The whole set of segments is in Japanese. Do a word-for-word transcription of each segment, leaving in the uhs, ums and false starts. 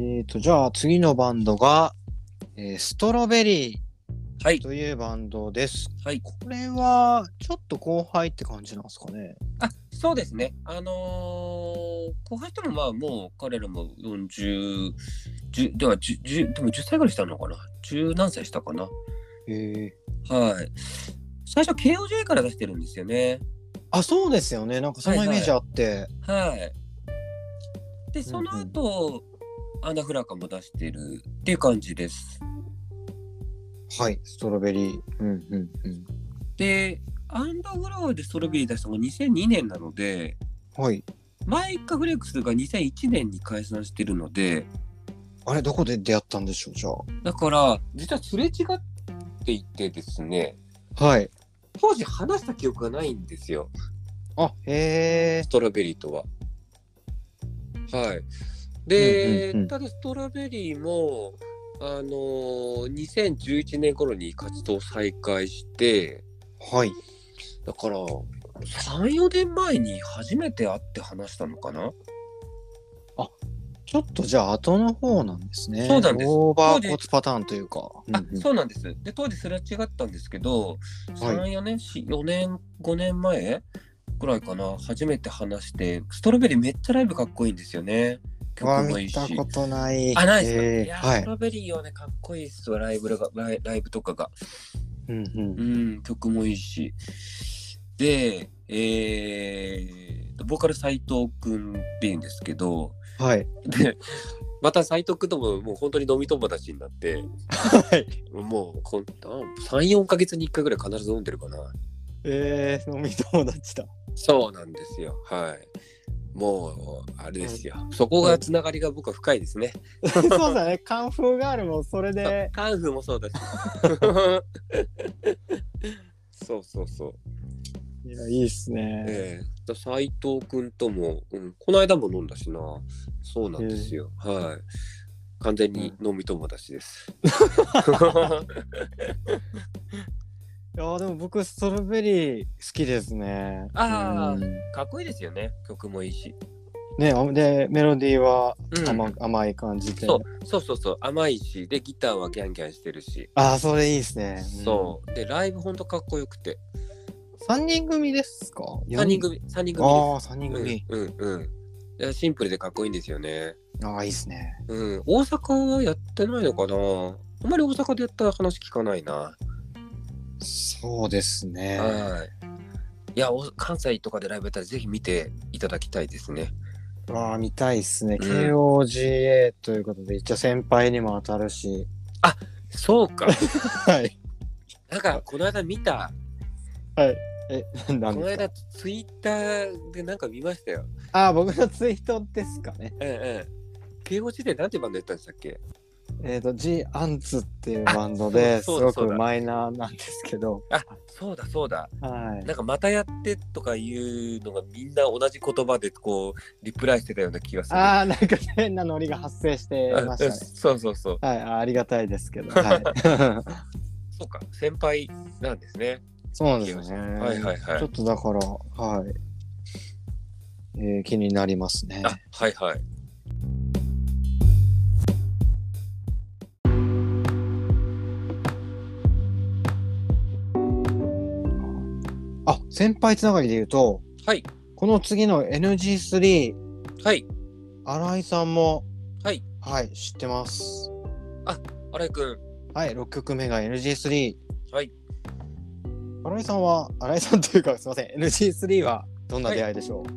えーと、じゃあ次のバンドが、えーストロベリはい。 ーというバンドです。 はい。 これはちょっと後輩って感じなんですかね。 あ、そうですね。あのー、後輩ともまあもう彼らもよんじゅう、じゅうではじゅう、じゅうでもじゅっさいぐらいしたのかな。じゅう何歳したかな。 へえ。 はい。最初 ケーオージェー から出してるんですよね。 あ、そうですよね。なんかそはいはい。 のイメージあって。 はい。で、そのうんうん。 後、アナフラカも出してるっていう感じです。 はい、ストロベリー。うんうんうん。 で、アンダーグラウでストロベリー出したのがにせんにねんなので、 はい。 マイカフレックスがにせんいちねんに解散してるので、 あれ、どこで出会ったんでしょう、じゃだから実はすれ違っていてですね、 あ。はい。 当時話した記憶がないんですよ、 あ、へえス。トロベリーとは。はい。 うんうんで、 うん。 ただストロベリーも、あのー、にせんじゅういちねん頃に活動再開して、 はい。 だからさん、よねんまえに初めて会って話したのかな。 あ、ちょっとじゃあ後の方なんですね。 そうなんです。 オーバー当時、 コーツパターンというか。うんうあ、 ん。 そうなんです。で、当時すれ違ったんですけど、 はい。 さん、よねん、よねん、ごねんまえくらいかな、初めて話して、ストロベリーめっちゃライブかっこいいんですよね。 わあ、 曲も見いいし。 たことない。 あ、ないですか。いえー、 や、スはい。 トロベリーはね、かっこいいっすわ、ライブが、ライ、ライブとかが。 うんううん、曲もいいし。で、えーと、ボーカル斉藤くんっていうんですけど、 ん。はい。 で、また斉藤くんとももう本当に飲み友達になって、 はい。 もうこんさん、よんかげつにいっかいぐらい必ず飲んでるかな。 えー、飲み友達だ。 そうなんですよ。はい。もう、あれですよ。そこがつながりが僕は深いですね。 そうだね。カンフーガールもそれで。 カンフーもそうだし。そうそうそう。 いや、いいっすね。 ええー、斉藤くんとも、うん、この間も飲んだしな。そうなんですよ。えー、はい。完全に飲み友達です。 いやでも僕ストロベリー好きですね。 ああ、かっこいいですよね。曲もいいし。 ね、でメロディーは 甘,、 うん、 甘い感じで。 そうそうそうそう、甘いし、でギターはギャンギャンしてるし。 ああ、それいいですね。 そう、うん、でライブほんとかっこよくて。 さんにん組ですか？ さんにん組、さんにん組です。 ああ、さんにん組。 うんうんうん。シンプルでかっこいいんですよね。 ああ、いいですね。 うん、大阪はやってないのかな。あんまり大阪でやった話聞かないな。 そうですね。 はい。いや、関西とかでライブやったらぜひ見ていただきたいですね。 ああ、見たいですね。 うん、 ケーオージーエー ということで、一応先輩にも当たるし。 あ、そうか。 はい。 なんか、この間見た。 はい。え、何ですか？ この間、ツイッターでなんか見ましたよ。 ああ、僕のツイートですかね。 うんうん。ケーオージー でなんてバンドやったんでしたっけ？ えっ、ー、と、G アンツっていうバンドですごくマイナーなんですけど。 あ、そうだそうだ。 はい。 なんかまたやってとかいうのがみんな同じ言葉でこうリプライしてたような気がする。 ああ、なんか変なノリが発生してましたね。 そうそうそう。 はい、あ、ありがたいですけど。はい。 そうか、先輩なんですね。 そうなんですね。 はいはいはい。 ちょっとだから、はい。えー、気になりますね。 あ、はいはい。 あ、先輩つながりで言うと、 はい。 この次の エヌジースリー、 はい。 新井さんも、 はい。 はい、知ってます。 あ、新井くん。 はい、ろっきょくめが エヌジースリー。 はい。 新井さんは、新井さんというか、すみません、エヌジースリー はどんな出会いでしょう？はい、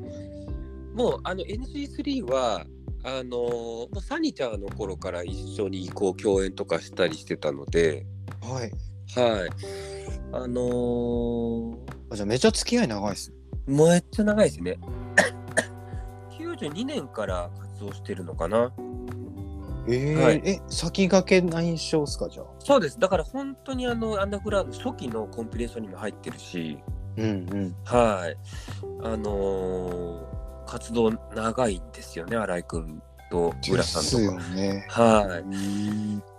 もう、あの、エヌジースリー は、あのー、もうサニちゃんの頃から一緒にこう共演とかしたりしてたので、 はい。 はい。あのー、 あ、じゃあめっちゃ付き合い長いです。 めっちゃ長いですね。きゅうじゅうにねんから活動してるのかな。 えーはい、え、先駆けな印象ですか、じゃあ。 そうです。だから本当にあのアンダーグラウンド初期のコンピレーションにも入ってるし、 うんうん。 はい。あのー、活動長いんですよね、新井くんと浦さんとか。 ですよね。 はい。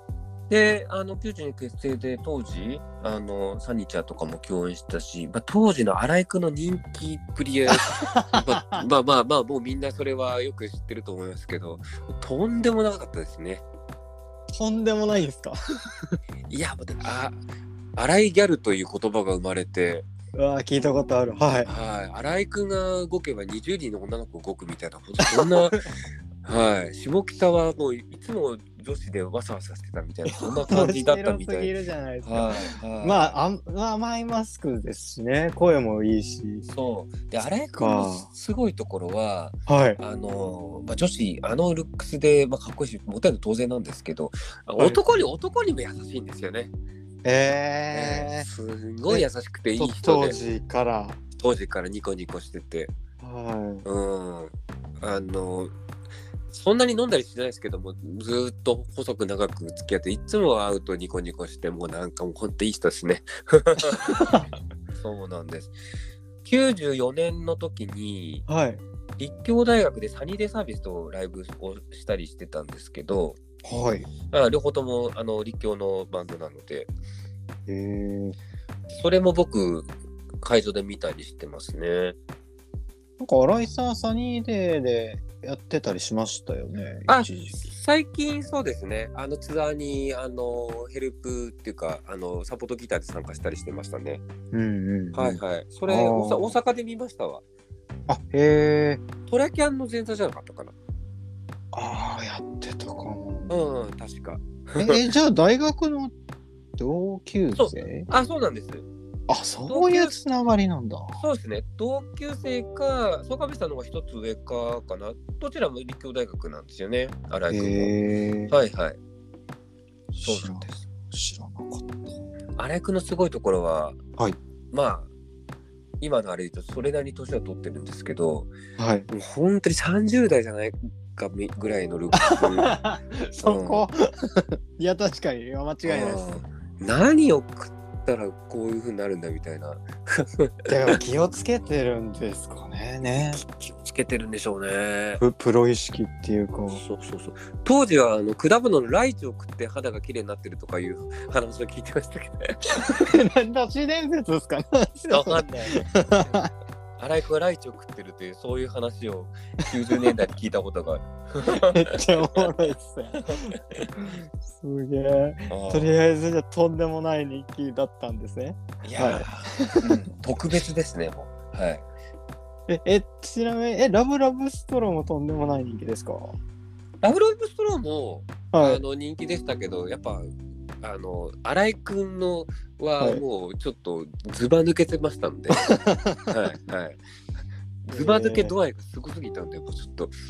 で、あの、きゅうじゅうに結成で当時、あの、サニチャーとかも共演したし、まあ、当時の荒井くんの人気っぷりは、まあ、まあまあまあ、もうみんなそれはよく知ってると思いますけど、とんでもなかったですね。 とんでもないですか。 いや、あ、荒井ギャルという言葉が生まれて、 うわ聞いたことある。はい。 はい、荒井くんが動けばにじゅうにんの女の子動くみたいな、そんな、はい、下北はもういつも女子でわさわさしてたみたいな、そんな感じだったみたいな。 面白すぎるじゃないですか。 はいはい、 まあ、あんまあ、甘いマスクですしね、声もいいし。 そうで、荒井くんのすごいところは、 はい、 あの、まあ、女子あのルックスで、まあ、かっこいいしモテるの当然なんですけど、 はい、 男に男にも優しいんですよね。 えー、 えー、すごい優しくていい人で、 当時から当時からニコニコしてて、 はい、 うん、あのそんなに飲んだりしないですけども、ずっと細く長く付き合って、いつも会うとニコニコして、もうなんかもうほんといい人ですね。そうなんです。きゅうじゅうよねんの時に、 はい、 立教大学でサニーデイサービスとライブをしたりしてたんですけど、 はい、 あ両方ともあの立教のバンドなので、 えー、 それも僕会場で見たりしてますね。 なんか新井さんサニーデーでやってたりしましたよね。 あ、最近そうですね。あのツアーにあのヘルプっていうかあのサポートギターで参加したりしてましたね。 うんうん、うん、 はいはい。それ大阪で見ましたわ。 あ、へえ。 トラキャンの前座じゃなかったかな。 ああ、やってたかも。 うん、確か。 え、じゃあ大学の同級そう生？ あ、そうなんです。 あ、そういうつながりなんだ。 そうですね。同級生か、曽我部さんの方が一つ上かかな。どちらも立教大学なんですよね、新井君は。 へえ。 はいはい。そうなんです。 知らなかった。 新井君のすごいところは、 はい。 まあ、今のあれ言うとそれなりに年は取ってるんですけど、 はい。 もう本当にさんじゅう代じゃないかぐらいのルックス。そこ、うん、いや、確かに、間違いないです。 何を食ったらこういう風になるんだみたいな。 でも気をつけてるんですかね。ね。 気をつけてるんでしょうね。 プ, プロ意識っていうか。 そうそうそう。当時はあの果物のライチを食って肌が綺麗になってるとかいう話を聞いてましたけどね。 都市伝説ですかね。 わかんない。新井君がライチを食ってるというそういう話をきゅうじゅうねんだいに聞いたことがある。 めっちゃおもろいっすね。すげえ。とりあえずじゃとんでもない人気だったんですね。 いや、はいうん、特別ですねもう。はい。 ええちなみにえラブラブストローもとんでもない人気ですか？ ラブラブストローも、 はい、 あの人気でしたけど、やっぱあの新井くんのはもうちょっとズバ抜けてましたんで、はいはい。ズバ抜け度合いがすごすぎたんで、もうちょっと。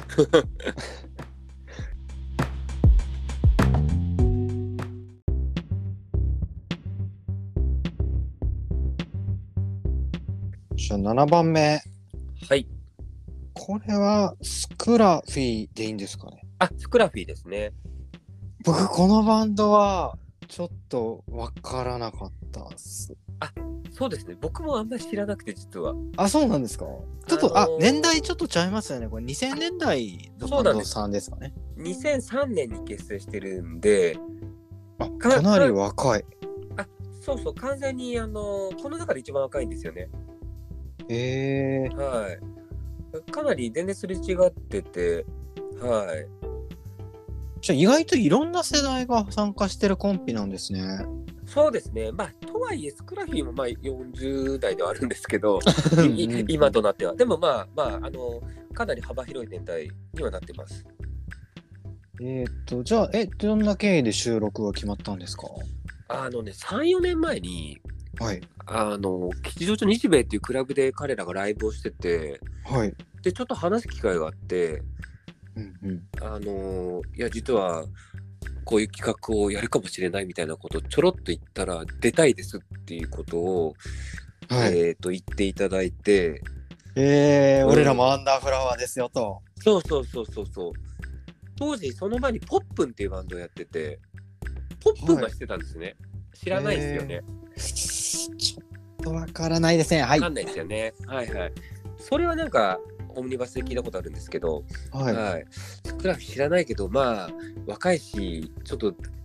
じゃあななばんめ。 はい。 これはスクラフィーでいいんですかね？ あ、スクラフィーですね。 僕このバンドはちょっとわからなかったっす。 あ、そうですね。僕もあんまり知らなくて実は。 あ、そうなんですか。ちょっと、あのー、あ、年代ちょっとちゃいますよね。これにせんねんだいのバンドさんですかね。 にせんさんねんに結成してるんで、 あ、かなり若い。 あ、そうそう、完全にあのこの中で一番若いんですよね。 へえー。 はい。かなり全然すれ違ってて、はい。 じゃあ意外といろんな世代が参加してるコンピなんですね。 そうですね。まあとはいえスクラフィーもまあよんじゅう代ではあるんですけど今となってはでもまあまああのかなり幅広い年代にはなってます。 えー、っとじゃあえどんな経緯で収録が決まったんですか？ あのねさんよねんまえに、 はい、 あの吉祥町日米っていうクラブで彼らがライブをしてて、 はい、 でちょっと話す機会があって、 うんうん、 あのいや実はこういう企画をやるかもしれないみたいなことをちょろっと言ったら出たいですっていうことを、はい、えー、と言っていただいて、 えーうん、俺らもアンダーフラワーですよと。 そうそうそうそうそう。当時その前にポップンっていうバンドをやってて、ポップンがしてたんですね、はい、知らないですよね、 えー、ちょっとわからないですね。はい、 わかんないですよね。はいはい。それはなんかオムニバスで聞いたことあるんですけど、はいはい、スクラフ知らないけどまあ若いしちょっと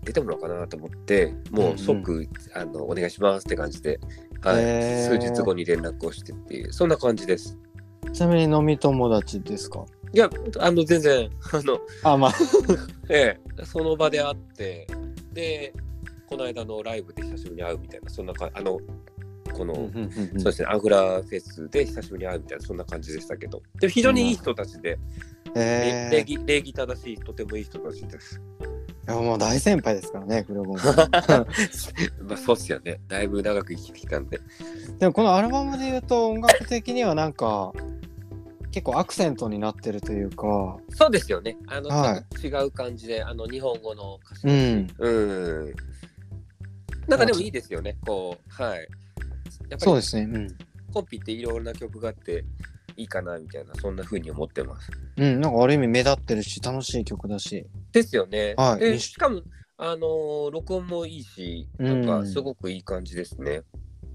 出てもらおうかなと思って、もう即、うんうん、あのお願いしますって感じで、はい、数日後に連絡をしてっていう、そんな感じです。 ちなみに飲み友達ですか？ いや、あの全然あのあ、まあええ、その場で会って、でこの間のライブで久しぶりに会うみたいな、そんなかあのこの、うんうんうんうん、そうですね、アングラフェスで久しぶりに会うみたいな、そんな感じでしたけど、でも非常にいい人たちで、うん、礼儀、礼儀正しい、とてもいい人たちです。 いや、もう大先輩ですからね、黒ゴン。 まあそうっすよね、だいぶ長く生きてきたんで。 でもこのアルバムで言うと音楽的にはなんか結構アクセントになってるというか。 そうですよね、あの、はい、違う感じで、あの日本語の歌詞、うん、うん、なんかでもいいですよね、こう、はい。やっぱりそうですね、うん、 コンピっていろんな曲があっていいかなみたいな、そんな風に思ってます。 うん、なんかある意味目立ってるし楽しい曲だし。 ですよね。 はい、 でしかもあのー、録音もいいし、なんかすごくいい感じですね。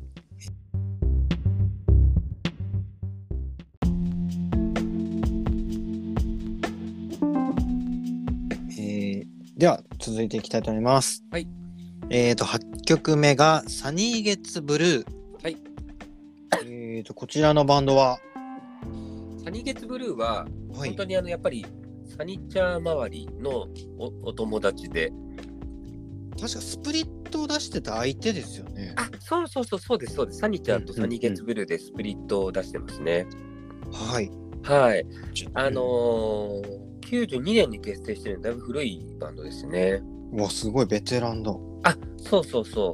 えー、では続いていきたいと思います。 はい。 えーとはちきょくめがサニーゲッツブルー。 はい。 えーとこちらのバンドはサニーゲッツブルーは、はい、本当にあのやっぱりサニチャー周りの お, お友達で、 確かスプリットを出してた相手ですよね。 あ、そうそうそうそうですそうです。サニチャーとサニーゲッツブルーでスプリットを出してますね。 うんうんうん、はいはい。あのー、きゅうじゅうにねんに結成してるだいぶ古いバンドですね。 うわ、すごいベテランだ。 あ、そうそうそう。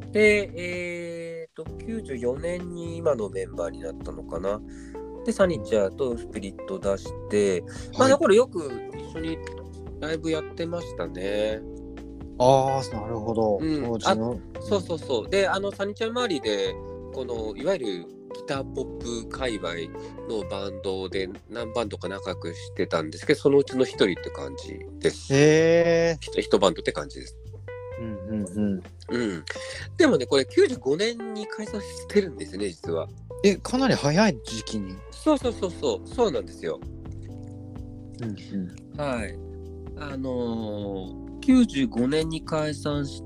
で、えーときゅうじゅうよねんに今のメンバーになったのかな。でサニチャーとスピリット出して、はい、まあだからよく一緒にライブやってましたね。 ああ、なるほど。 うん、あ、そうそうそう。で、あのサニチャー周りでこのいわゆるギターポップ界隈のバンドで何バンドか仲良くしてたんですけど、そのうちの一人って感じです。 へえ。 一バンドって感じです。 うんうんうん。 うん。でもね、これきゅうじゅうごねんに解散してるんですね、実は。 え、かなり早い時期に。 そうそうそうそう、そうなんですよ。 うんうん、 はい。あのー、きゅうじゅうごねんに解散して、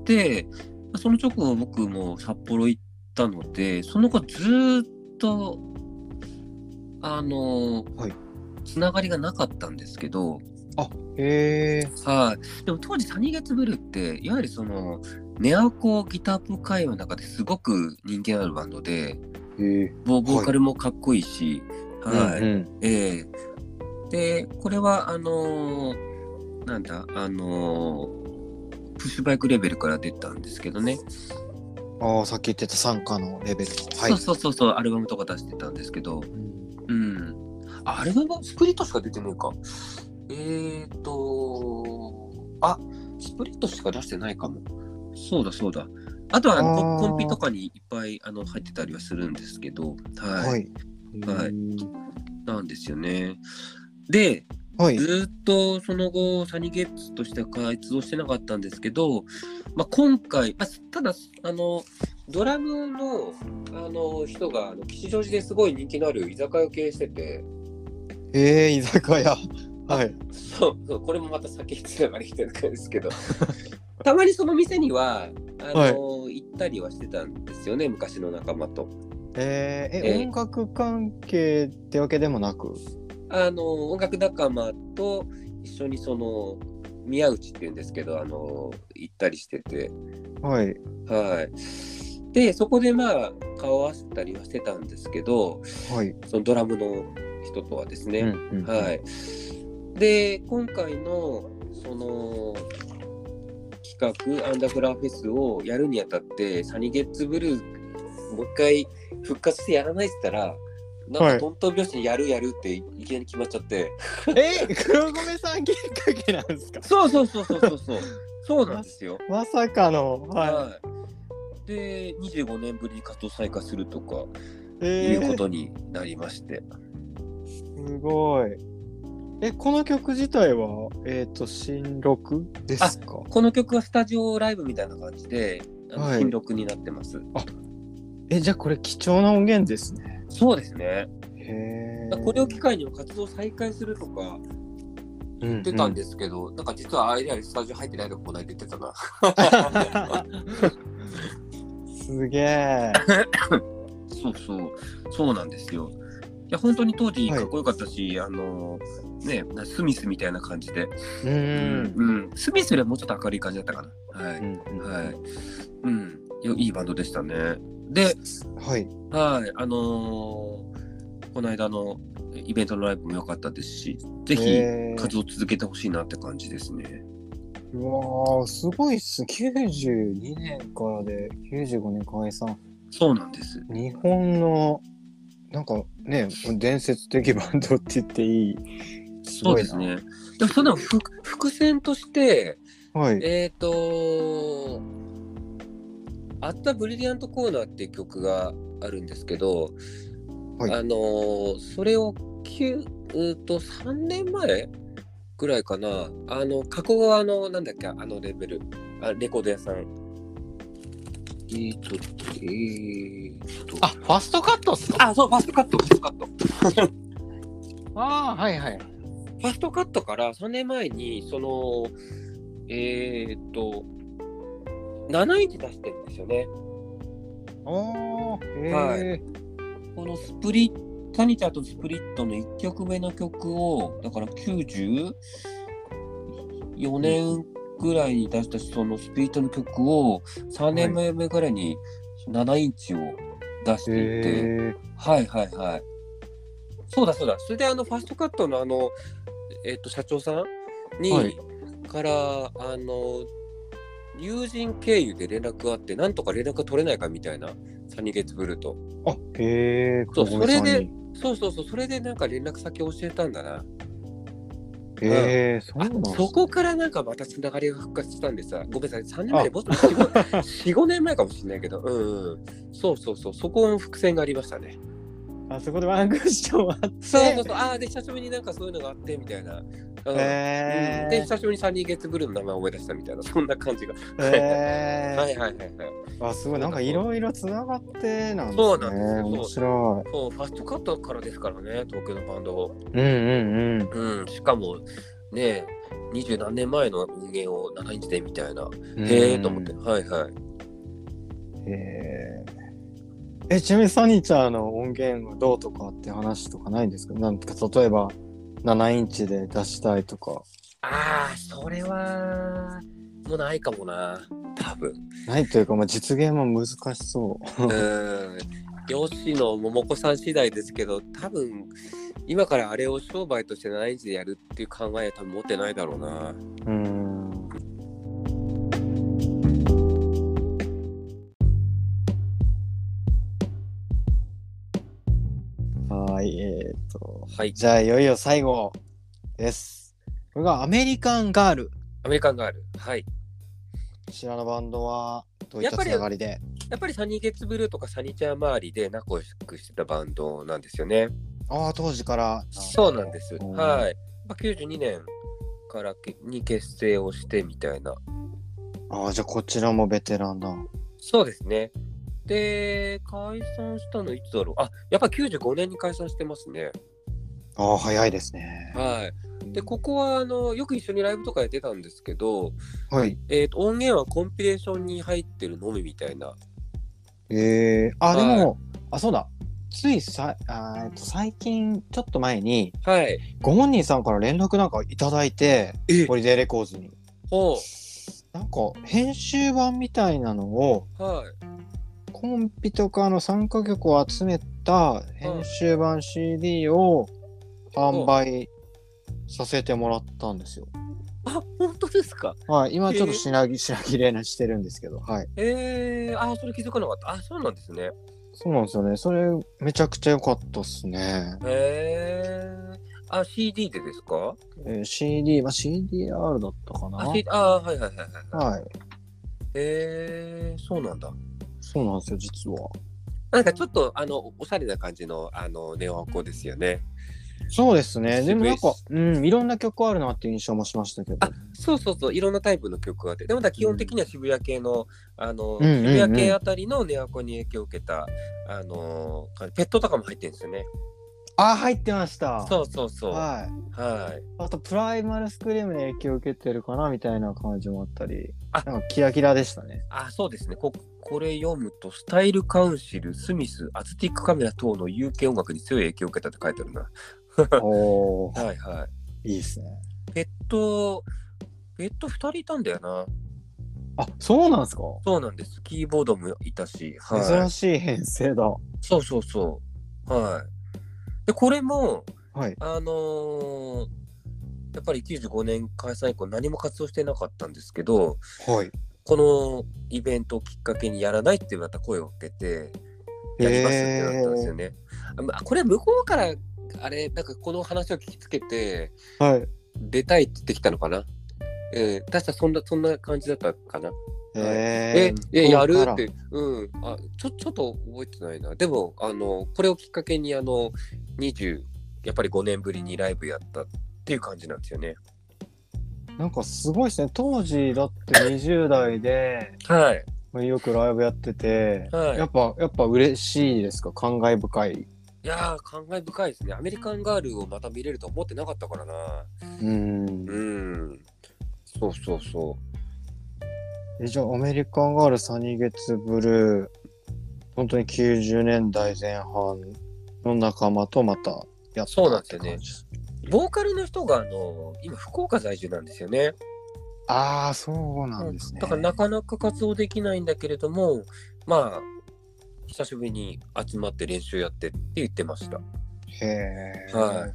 その直後僕も札幌行ったので、その後ずっと、あのー、はい、つながりがなかったんですけど、 あ、へー。 はい。でも当時サニーゲッツブルーって、いわゆるその、ネアコギターポップ界隈の中ですごく人気あるバンドで、ボ, ボーカルもかっこいいし、はい、はいうんうん、えー、でこれはあのー、なんだあのー、プッシュバイクレベルから出たんですけどね。 ああ、さっき言ってた傘下のレベルの、 はい、そうそうそうそう、アルバムとか出してたんですけど、うん、うん、あアルバムはスプリットしか出てないか。えーとあスプリットしか出してないかも。そうだそうだ。あとはあのコンピとかにいっぱいあの入ってたりはするんですけど、はい、はい、はい、なんですよね。で、はい、ずっとその後サニーゲッツとしては活動してなかったんですけど、まあ、今回、あただあのドラムのあの人があの吉祥寺ですごい人気のある居酒屋を経営してて、 えー、居酒屋はい、 そうそう、これもまた先につながりきてるんですけどたまにその店にはあの、はい、行ったりはしてたんですよね、昔の仲間と。 えー、え、えー、音楽関係ってわけでもなく、 あの音楽仲間と一緒にその宮内っていうんですけど、あの行ったりしてて、 はいはい。でそこでまあ顔合わせたりはしてたんですけど、はい、そのドラムの人とはですね、うんうんうん、はい。で今回のその企画アンダーグラフェスをやるにあたってサニーゲッツブルーもう一回復活してやらないって言ったら、なんかトントン拍子にやるやるっていきなり決まっちゃって、 はい、え黒米さんきっかけなんですか？ そうそうそうそうそうそうそうなんですよ。 ま, まさかの、はい、はい、でにじゅうごねんぶりに活動再開するとか、えー、いうことになりまして、 すごい。えこの曲自体はえっ、ー、と新録ですか？ この曲はスタジオライブみたいな感じで、はい、新録になってます。 あえじゃあこれ貴重な音源ですね。 そうですね。 へこれを機会に活動再開するとか言ってたんですけど、うんうん、なんか実はあれスタジオ入ってないとこないって言ってたな。 すげえ。 そうそう、そうなんですよ。いや本当に当時かっこよかったし、はい、あのね、スミスみたいな感じで、 うん、 うん、スミスよりはもうちょっと明るい感じだったかな。はい、うんはい、うん、いいバンドでしたね。で、 はい、 はい、あのー、この間のイベントのライブも良かったですし、ぜひ活動続けてほしいなって感じですね。 うわー、すごいっす。きゅうじゅうにねんからできゅうじゅうごねん解散。 そうなんです。 日本のなんかね、伝説的バンドって言っていい。すごいな。 そうですね。でもその伏線として、 はい、 えっ、ー、とあったブリリアントコーナーっていう曲があるんですけど、はい、あのー、それをきゅうとさんねんまえぐらいかな、あの加古川のなんだっけ、あのレベルあレコード屋さん、えーとえーとあ、ファストカットっすか。 あ、そう、ファストカットファストカットああ、はいはい。 ファストカットからさんねんまえにそのえーとななインチ出してるんですよね。 ああ、へえ、 はい。このスプリッタニチャーとスプリットのいっきょくめの曲をだからきゅうじゅうよねんぐらいに出したそのスプリットの曲をさんねんまえぐらいにななインチを出していて、はい、はいはいはいそうだそうだ、それであのファストカットのあのえっと社長さんに、はい、からあの友人経由で連絡があって、なんとか連絡が取れないかみたいな、サニーゲッツブルーと。 あ、へえ、 そう、それで、そうそうそう、それでなんか連絡先教えたんだな。 へえ、そうなんそこからなんかまたつながりが復活したんでさ、ごめんなさい、さんねんまえで、僕もよん、ごねんまえかもしれないけど、うん、うん、そうそうそう、そこの伏線がありましたね。 あそこでワンクッションあって、 そうそうそう、ああ、で、久しぶりになんかそういうのがあって、みたいな。うんへー、 うん、で、久しぶりにサニーゲッツブルーの名前を思い出したみたいな、そんな感じが。 へー、 はいはいはいはい。 あ、すごい、なんかいろいろつながってなんですね。 そうなんですよ。 面白い。 そう、ファストカットからですからね、東京のバンドを。 うんうんうん。 うん、しかもね、二十何年前の音源をななインチでみたいな。へえと思って、はいはい。 へえ。え、ちなみにサニーちゃんの音源はどうとかって話とかないんですか？なんか例えばななインチで出したいとか。 ああ、それはもうないかもな、多分。 ないというか、まあ、実現も難しそう。 うん。吉野桃子さん次第ですけど、多分今からあれを商売としてななインチでやるっていう考えは多分持ってないだろうな。 うーん。はい、えーと、はい、じゃあいよいよ最後です。これがアメリカンガール。 アメリカンガール。はい。 こちらのバンドはどういったつながりで？ やっぱりサニーゲッツブルーとかサニーちゃん周りで仲良くしてたバンドなんですよね。 ああ、当時から。 そうなんです。はい。まあ、きゅうじゅうにねんからに結成をしてみたいな。 ああ、じゃあこちらもベテランだ。 そうですね。で、解散したのいつだろう。あ、やっぱきゅうじゅうごねんに解散してますね。 ああ、早いですね。 はい。で、ここはあのよく一緒にライブとかやってたんですけど、 はい。 えーと、音源はコンピレーションに入ってるのみみたいな。 えー、あ、でも、はい、あ、そうだ。ついさあ、えっと、最近、ちょっと前に、 はい、 ご本人さんから連絡なんかいただいて、ホリデーレコーズに。 ほう。 なんか、編集版みたいなのを、 はい、 コンピとかの参加曲を集めた編集版 シーディー を販売させてもらったんですよ。 あ、本当ですか？ はい、今ちょっと品切、品切れしてるんですけど、はい。 えー、あ、それ気づかなかった。あ、そうなんですね。 そうなんですよね。それめちゃくちゃ良かったっすね。 へー。あ、シーディー でですか？ えー、シーディー、まあ シーディーアール だったかな。 あ、C、あ、はいはいはいはい。 はい。 へー、そうなんだ。 そうなんですよ、実は。 なんかちょっとあのおしゃれな感じのあのネオアコですよね。 そうですね。でもなんか、うん、いろんな曲あるなっていう印象もしましたけど。 あ、そうそうそう、いろんなタイプの曲があって、でも基本的には渋谷系の、うん、あの、うんうんうん、渋谷系あたりのネオアコに影響を受けた、あのペットとかも入ってるんですよね。 あ、入ってました。 そうそうそう。 はい。 はい。 あと、プライマルスクリームに影響を受けてるかなみたいな感じもあったり、 あ、 なんかキラキラでしたね。 あ、そうですね。こ、これ読むと、スタイルカウンシル、スミス、アスティックカメラ等の有形音楽に強い影響を受けたって書いてあるな。 おー、 はいはい。 いいですね。 ペット、ペットふたりいたんだよな。 あ、そうなんですか？ そうなんです。キーボードもいたし、はい。 珍しい編成だ。 そうそうそう。はい。で、これも、 はい。 あのーやっぱりきゅうじゅうごねん解散以降何も活動してなかったんですけど、 はい。 このイベントをきっかけにやらないってまた声をかけて、 へやりますってなったんですよえ。 ね。あまあこれ向こうから、あれ、なんかこの話を聞きつけて、 はい。 出たいって言ってきたのかな。えー、確かそんな、そんな感じだったかな。 へはい。 え、 え、 向え、 こうから。 やるって、うん、あ、ちょ、ちょっと覚えてないな。でも、あの、これをきっかけに、あの、にじゅう、やっぱりごねんぶりにライブやったっていう感じなんですよね。 なんかすごいですね。当時だってにじゅう代で、 はい。 まあよくライブやってて、 はい。 やっぱ、やっぱ嬉しいですか？感慨深い。 いやー、感慨深いですね。アメリカンガールをまた見れると思ってなかったからな。 うーん。 うん。そうそうそえ、じゃあ、アメリカンガール、サニーゲッツブルー、本当にきゅうじゅうねんだいぜん半の仲間とまたやう。そうったっなんですよね。 て感じです。 ボーカルの人が、あの、今、福岡在住なんですよね。 ああ、そうなうん。 んですだから、なね。 かなか活動できないんだけれども、まあ、久しぶりに集まって練習やってって言ってました。 へえ、 はい。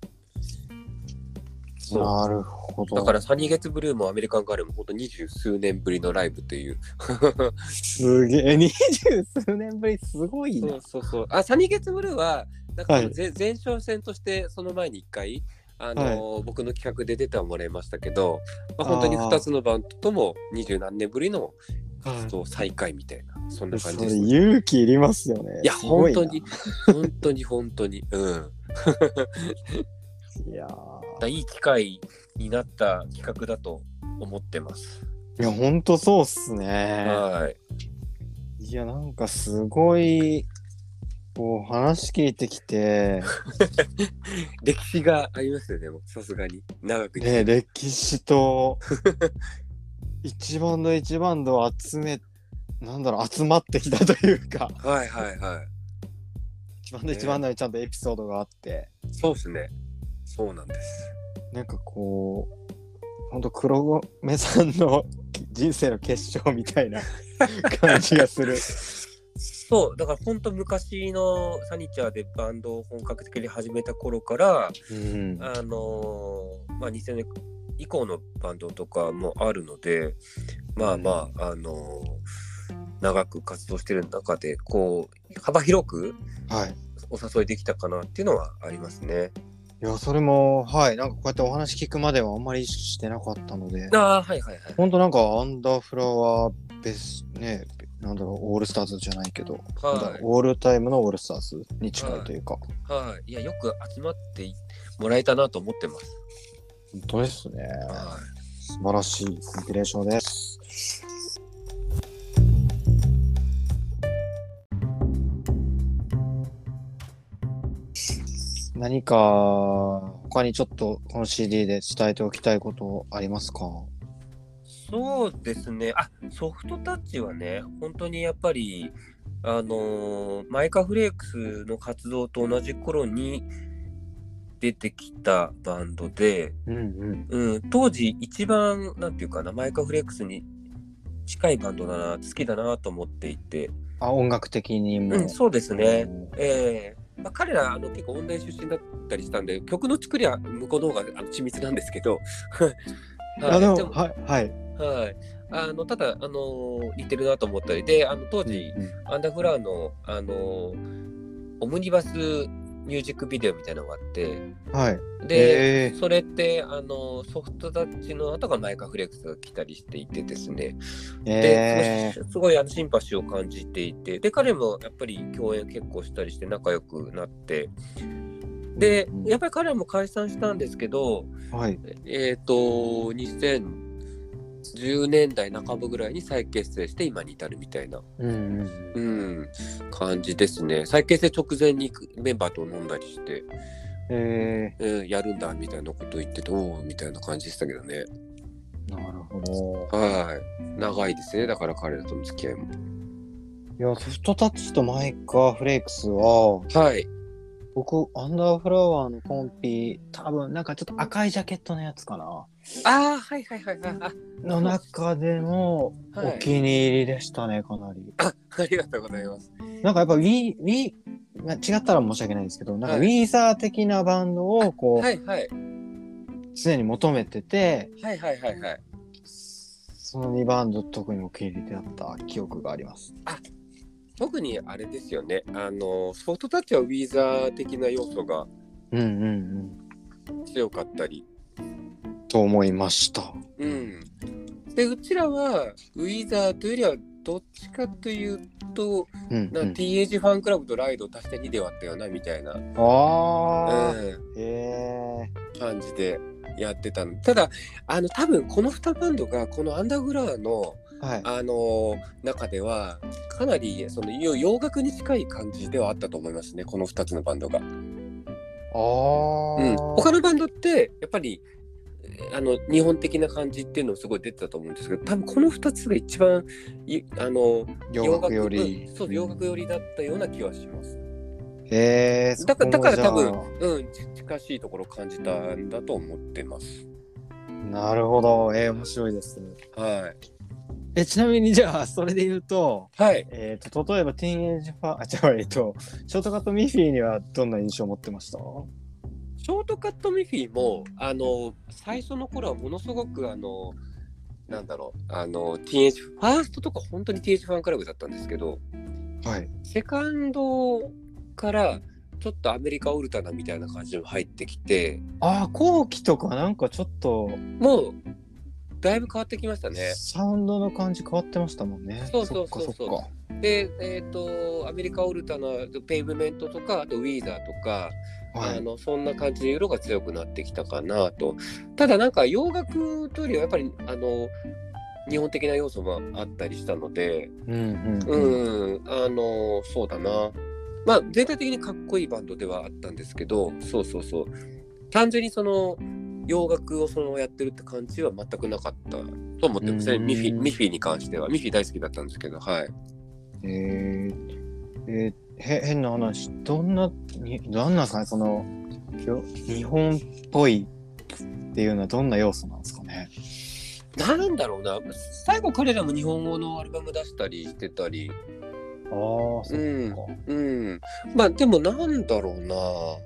そう。 なるほだから、 ど。 サニーゲッツブルーもアメリカンガールも本当二十数年ぶりのライブという。 すげえ、二十数年ぶり、すごいな。 そうそうそう。あ、サニーゲッツブルーは、なんかそのはい、 前前哨戦として、その前に一回、あはい。 のー僕の企画で出てはもらいましたけど、まあ、本当に二あつのバンドとも二十何年ぶりのあ、は活動再開みたいな、そんない。それ、 感じですね。 勇気いりますよね。 いや、 すごいな。 本当に、本当に、本当に、うん。 いやだいい機会になった企画だと思ってます。 ー、いや、ほんとそうっすね。 はい。 いや、なんかすごい、こう、話聞いてきて、 歴史がありますよね、もうさすがに。長くにせね、 よ。 歴史と一バンド一バンドを集め、なんだろう、集まってきたというか、 はいはいは一バンドい。ね、 一バンドにちゃんとエピソードがあって、 そうですね。そうなんです。 なんかこう、ほんと黒目さんの人生の結晶みたいな感じがする。 そう、だから本当昔のサニチャーでバンドを本格的に始めた頃から、 うん。 あのーまあにせんねん以降のバンドとかもあるので、まあまあ、あのー長く活動してる中で、こう、幅広くはい。 お誘いできたかなっていうのはありますね。 いや、それも、はい、なんかこうやってお話聞くまではあんまり意識してなかったので、 ああ、はいはいはい。 ほんとなんかアンダーフラワーベス、ね、なんだろう、オールスターズじゃないけど、なんだろうはい。 オールタイムのオールスターズに近いはというか、 い。はい。いや、よく集まってもらえたなと思ってます。 本当ですね。 は素晴らしいコンピレーションです。何か他にちょっとこの シーディー で伝えておきたいことありますか？ い。そうですね。あ、ソフトタッチはね、本当にやっぱり、あのーマイカフレークスの活動と同じ頃に出てきたバンドで、 うんうん。 うん、当時一番、なんていうかな、マイカフレークスに近いバンドだな、好きだなと思っていて、 あ、音楽的にうん、 も。 そうですね。 おーええまあ、彼らあの結構音大出身だったりしたんで、曲の作りは向こうの方があの緻密なんですけど、 あ、 はい、ででも、 も、 はい、はい。 はい、あのただ、あのー似てるなと思ったりで、あの当時、 うんうん。 アンダーフラワーの、あのーオムニバスミュージックビデオみたいなのがあって、 はい。 で、 えそれって、あのソフトタッチの後がマイカフレックスが来たりしていてですね、 ー、 で、すごい、 えすごいあのシンパシーを感じていて、で、彼もやっぱり共演結構したりして仲良くなって、 ー、 で、 うんやっぱり彼らも解散したんですけど、 うん、はい。 えっと、にせんじゅうねんだいなかばぐらいに再結成して今に至るみたいな、 うんうんうん、感じですね。再結成直前にメンバーと飲んだりして、 えうん、やるんだみたいなこと言ってて、おーみたいな感じでしたけどね。 ー、なるほど。 はい。長いですね。だから彼らとの付き合いも。 いや、ソフトタッチとマイカーフレークスは、 はい。 僕、アンダーフラワーのコンピ、多分なんかちょっと赤いジャケットのやつかな。 ああ、はいはいはいはい。あ、 の中でも、 はいお気に入りでしたね、かなり。 あ、ありがとうございます。 なんかやっぱ Wii、Wii、まあ違ったら申し訳ないんですけど、なんかウはいィーザー的なバンドをこう、 はいはい常に求めてて、 はいはいはいはい。 そのにバンド特にお気に入りであった記憶があります。 特にあれですよね。あのソフトタッチはウィーザー的な要素がうんうんうん。 強かったり。 と思いました。 うん。で、うちらはウィーザーというよりはどっちかというと、 うんうん、 な ティーエイジ ファンクラブとライドを足してにで割ったようなみたいな、 ああ、 うん、 へえ感じでやってたの。ただ、あの多分このにバンドがこのアンダーグラワーのはい。 あの中ではかなりその洋洋楽に近い感じではあったと思いますね、このふたつのバンドが。 ああ、 うん、他のバンドってやっぱりあの日本的な感じっていうのすごい出てたと思うんですけど、多分このふたつが一番いあの洋楽より、 うん、そう洋楽よりだったような気はします。 へえだからだから多分、 そうん、ち近しいところを感じたんだと思ってます。 なるほど、えー、面白いです。 はい。 え、ちなみにじゃあ、それで言うと、 はい。 えっ、と、例えば、ティーンエイジファー、あ、違う、えっと、ショートカットミッフィーにはどんな印象を持ってました？ ショートカットミッフィーもあの最初の頃はものすごくあのなんだろうあの ティーンエイジファーストとか本当に ティーンエイジファンクラブだったんですけど、 はい。 セカンドからちょっとアメリカオルタナみたいな感じで入ってきて、 ああ、後期とかなんかちょっと、 もうだいぶ変わってきましたね。 サウンドの感じ変わってましたもんね。 そうそうそうそう。 そっかそっか。 で、えっ、とアメリカオルタナペイブメントとかあとウィーザーとか、 はい、 あのそんな感じで色が強くなってきたかなと。ただなんか洋楽というよりはやっぱりあの日本的な要素もあったりしたので、 うんうんうん、 うん、あのそうだな。まあ全体的にかっこいいバンドではあったんですけど、そうそうそう。単純にその洋楽をそのやってるって感じは全くなかったと思ってますね。ミフィミフィに関してはミフィ大好きだったんですけど、はい。 えー、えー、へ変な話、どんなにどんなんですかね、その日本っぽいっていうのはどんな要素なんですかね。 なんだろうな、最後彼らも日本語のアルバム出したりしてたり、 ああ、そっか。 うん、うん、まあでもなんだろうな。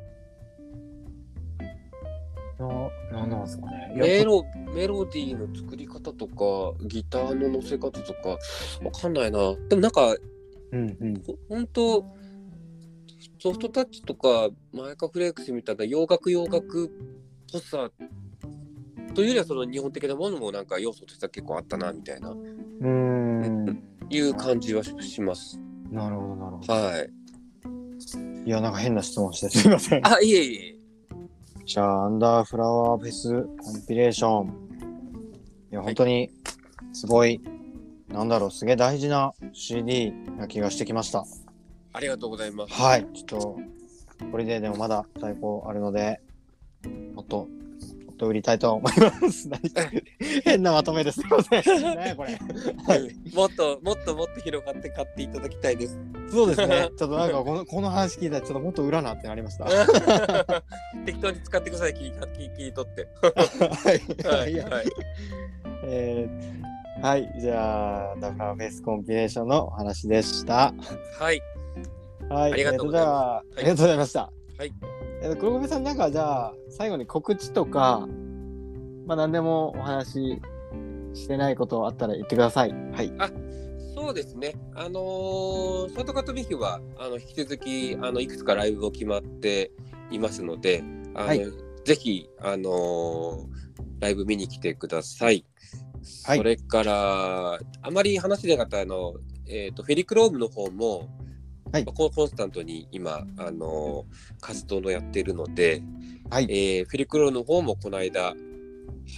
な、なんなんですかね。 メロメロディーの作り方とかギターの乗せ方とかわかんないな。でもなんか、 うんうん、 本当ソフトタッチとかマイカフレークスみたいな洋楽洋楽っぽさというよりはその日本的なものもなんか要素としては結構あったなみたいなうーんいう感じはします。 なるほどなるほど。 はい。 いやなんか変な質問してすいません。 あ、いえいえ。 じゃあアンダーフラワーフェスコンピレーション。いや本当にすごい、なんだろう、すげえ大事な シーディー な気がしてきました。 ありがとうございます。 はい、ちょっとこれででもまだ在庫あるのでもっともっと売りたいと思います。変なまとめですいません。ねこれ。はい。 もっともっともっと広がって買っていただきたいです。 そうですね。ちょっとなんかこのこの話聞いたらちょっともっと裏なってなりました。 適当に使ってください。切り切り取って。 はい。 はい。はい。 えー、はい、じゃあダフラーフェスコンピレーションのお話でした。 はい。 はい。 ありがとうございます。 えー、ありがとうございました。 はい。 えー、黒米さんなんかじゃあ最後に告知とかまあ何でもお話してないことあったら言ってください。はい。 あ、そうですね。あのー、ショートカットビフはあの引き続きあのいくつかライブを決まっていますので、あの、はい、ぜひあのー、ライブ見に来てください。はい、それからあまり話でなかったあの、えーと、フェリクロームの方も、はい、コンスタントに今あの活動のやっているので、はい、えー、フェリクロームの方もこの間、はい、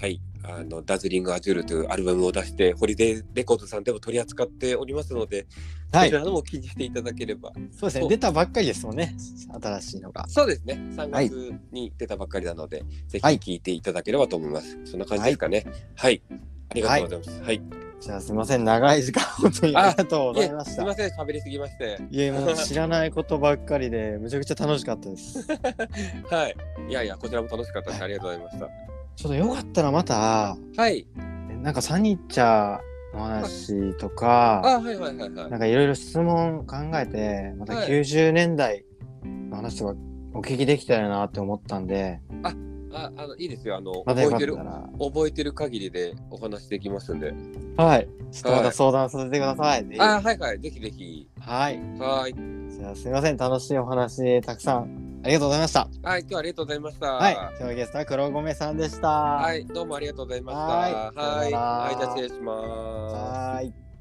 あのダズリングアジュールというアルバムを出して、ホリデーレコードさんでも取り扱っておりますので、 はい。 こちらのも気にしていただければ。 そうですね。出たばっかりですもんね。新しいのが。 そうですね。さんがつに出たばっかりなので、ぜひ聴いていただければと思います。そんな感じですかね。はい。ありがとうございます。はい。 じゃあすみません。長い時間本当にありがとうございました。 すみません。喋りすぎまして。 いや、もう知らないことばっかりで、むちゃくちゃ楽しかったです。 はい。いやいや、こちらも楽しかったです。ありがとうございました。 ちょっとよかったらまた、 はい。 なんかサニッチャーの話とか、 あ、はいはいはいはい。 なんかいろいろ質問考えて、またきゅうじゅうねんだいの話とかお聞きできたらなって思ったんで、 あ、あ、あのいいですよ。あの、 またよか覚えてるったら、 覚えてる限りでお話できますんで。 はい、ちょっとまた相談させてください。 あ、はいはい。ぜひぜひ。 はい。 はい。 じゃあすみません。楽しいお話たくさんありがとうございました。 はい、今日はありがとうございました。 はい。今日のゲストは黒米さんでした。 はい、どうもありがとうございました。 はい。 はい、 さよならはい、じゃあ失礼します。 はい。